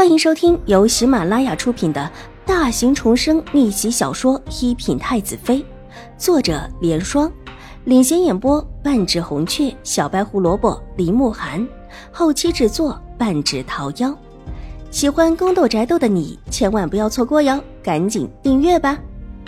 欢迎收听由喜马拉雅出品的大型重生逆袭小说《一品太子妃》，作者莲霜，领衔演播半指红雀、小白胡萝卜、林慕寒，后期制作半指桃夭。喜欢宫斗宅斗的你千万不要错过哟，赶紧订阅吧。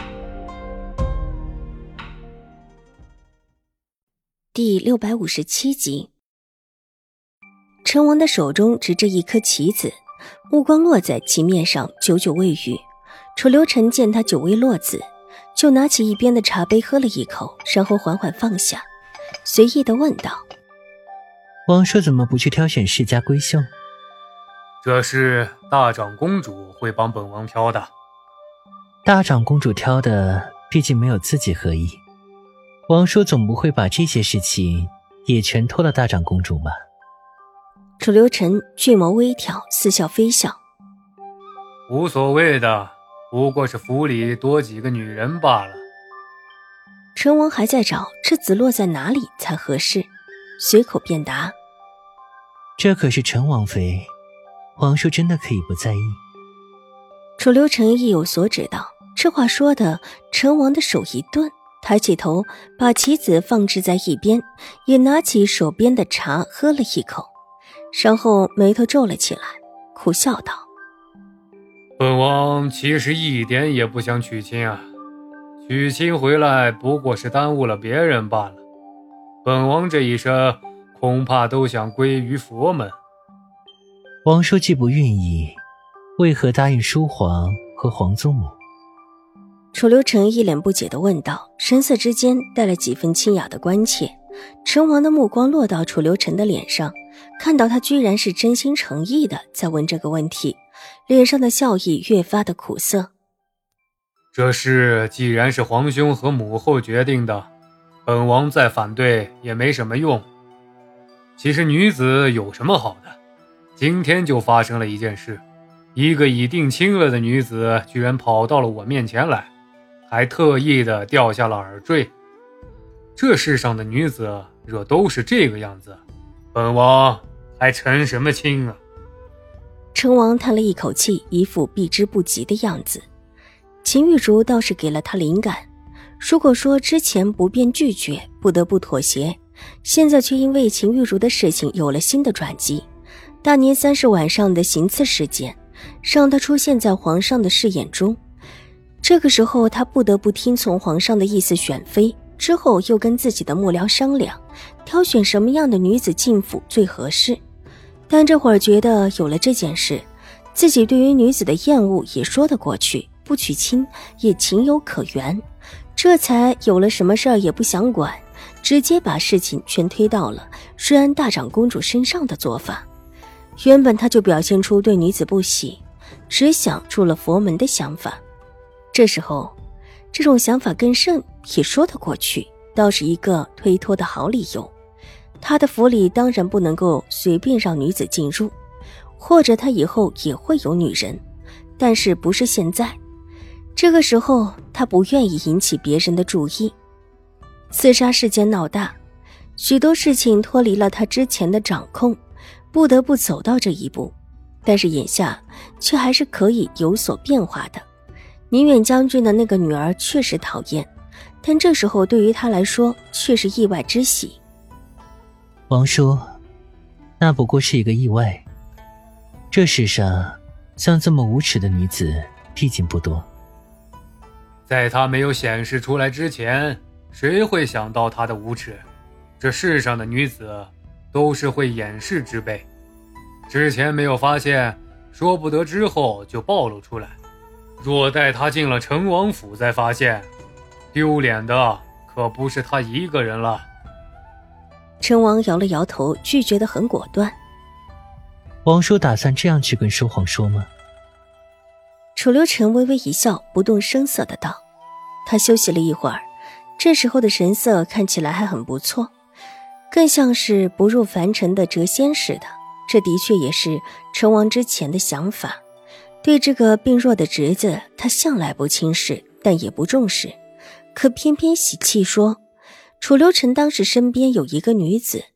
第657集，陈王的手中执着一颗棋子，目光落在棋面上，久久未语。楚留臣见他久未落子，就拿起一边的茶杯喝了一口，然后缓缓放下，随意地问道： 王叔怎么不去挑选世家闺秀？ 这是大长公主会帮本王挑的。 大长公主挑的毕竟没有自己合意，王叔总不会把这些事情也全托了大长公主吧？ 楚留臣俊眸微挑，似笑非笑： 无所谓的，不过是府里多几个女人罢了。 陈王还在找这子落在哪里才合适，随口便答： 这可是陈王妃，王叔真的可以不在意。 楚留臣意有所指道，这话说的陈王的手一顿，抬起头把棋子放置在一边，也拿起手边的茶喝了一口，然后眉头皱了起来，苦笑道： 本王其实一点也不想娶亲啊，娶亲回来不过是耽误了别人罢了。本王这一生恐怕都想归于佛门。 王叔既不愿意，为何答应叔皇和皇祖母？ 楚留臣一脸不解地问道，神色之间带了几分清雅的关切。陈王的目光落到楚留臣的脸上，看到他居然是真心诚意的在问这个问题，脸上的笑意越发的苦涩。 这事既然是皇兄和母后决定的，本王再反对也没什么用。其实女子有什么好的？今天就发生了一件事，一个已定亲了的女子居然跑到了我面前来，还特意的掉下了耳坠。这世上的女子若都是这个样子，本王还成什么亲啊？ 陈王叹了一口气，一副避之不及的样子。秦玉竹倒是给了他灵感，如果说之前不便拒绝，不得不妥协，现在却因为秦玉竹的事情有了新的转机。大年30晚上的行刺事件让他出现在皇上的视野中，这个时候他不得不听从皇上的意思选妃，之后又跟自己的幕僚商量，挑选什么样的女子进府最合适。但这会儿觉得有了这件事，自己对于女子的厌恶也说得过去，不娶亲也情有可原，这才有了什么事儿也不想管，直接把事情全推到了瑞安大长公主身上的做法。原本他就表现出对女子不喜，只想入了佛门的想法，这时候这种想法更甚也说得过去，倒是一个推脱的好理由。他的府里当然不能够随便让女子进入，或者他以后也会有女人，但是不是现在。这个时候他不愿意引起别人的注意。刺杀事件闹大，许多事情脱离了他之前的掌控，不得不走到这一步，但是眼下却还是可以有所变化的。宁远将军的那个女儿确实讨厌，但这时候对于他来说却是意外之喜。 王叔，那不过是一个意外。这世上像这么无耻的女子毕竟不多。 在她没有显示出来之前，谁会想到她的无耻？这世上的女子都是会掩饰之辈，之前没有发现，说不得之后就暴露出来。若待她进了陈王府再发现，丢脸的可不是她一个人了。 陈王摇了摇头，拒绝得很果断。 王叔打算这样去跟叔皇说吗？ 楚留臣微微一笑，不动声色的道。他休息了一会儿，这时候的神色看起来还很不错，更像是不入凡尘的谪仙似的。这的确也是陈王之前的想法。对这个病弱的侄子，他向来不轻视，但也不重视。可偏偏喜气说，楚留臣当时身边有一个女子，这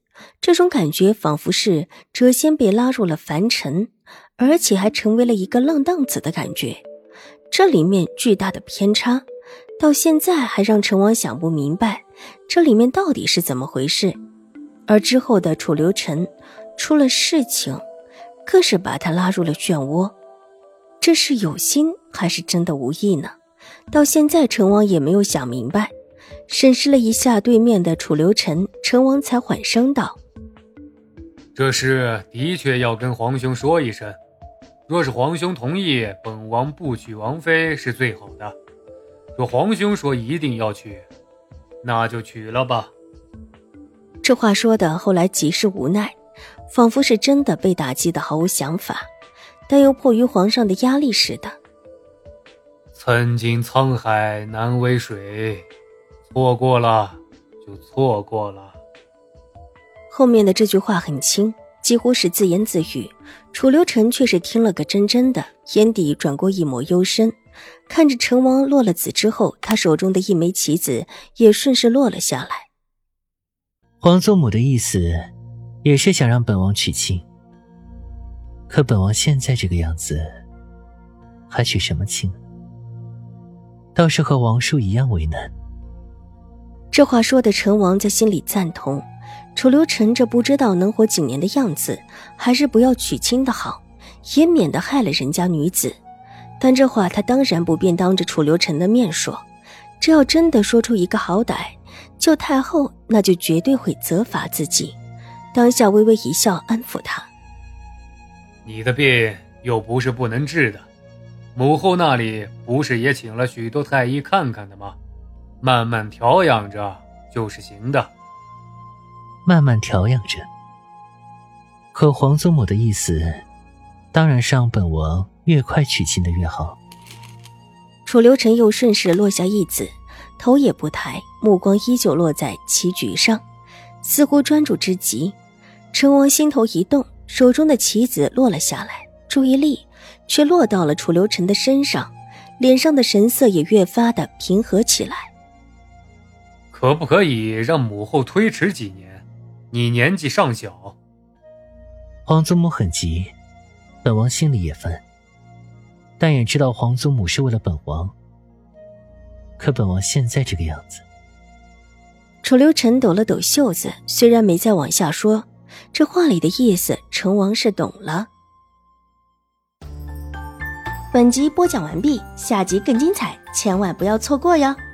这种感觉仿佛是谪仙被拉入了凡尘，而且还成为了一个浪荡子的感觉。这里面巨大的偏差，到现在还让陈王想不明白这里面到底是怎么回事。而之后的楚留臣出了事情，更是把他拉入了漩涡。这是有心还是真的无意呢？到现在陈王也没有想明白。审视了一下对面的楚留臣，陈王才缓声道： 这事的确要跟皇兄说一声，若是皇兄同意，本王不娶王妃是最好的。若皇兄说一定要娶，那就娶了吧。 这话说的后来极是无奈，仿佛是真的被打击的毫无想法，但又迫于皇上的压力似的。 曾经沧海难为水，错过了就错过了。 后面的这句话很轻，几乎是自言自语，楚留臣却是听了个真真的，眼底转过一抹幽深。看着陈王落了子之后，他手中的一枚棋子也顺势落了下来。 皇祖母的意思也是想让本王娶亲，可本王现在这个样子，还娶什么亲？倒是和王叔一样为难。 这话说的陈王在心里赞同，楚留臣这不知道能活几年的样子，还是不要娶亲的好，也免得害了人家女子。但这话他当然不便当着楚留臣的面说，这要真的说出一个好歹，就太后那就绝对会责罚自己。当下微微一笑，安抚他： 你的病又不是不能治的，母后那里不是也请了许多太医看看的吗？慢慢调养着就是行的。 慢慢调养着。可皇祖母的意思当然是让本王越快娶亲的越好。 楚留臣又顺势落下一子，头也不抬，目光依旧落在棋局上，似乎专注之极。陈王心头一动，手中的棋子落了下来，注意力却落到了楚留臣的身上，脸上的神色也越发的平和起来。 可不可以让母后推迟几年？你年纪尚小。 皇祖母很急，本王心里也烦，但也知道皇祖母是为了本王。可本王现在这个样子。 楚留臣抖了抖袖子，虽然没再往下说，这话里的意思陈王是懂了。本集播讲完毕，下集更精彩，千万不要错过哟。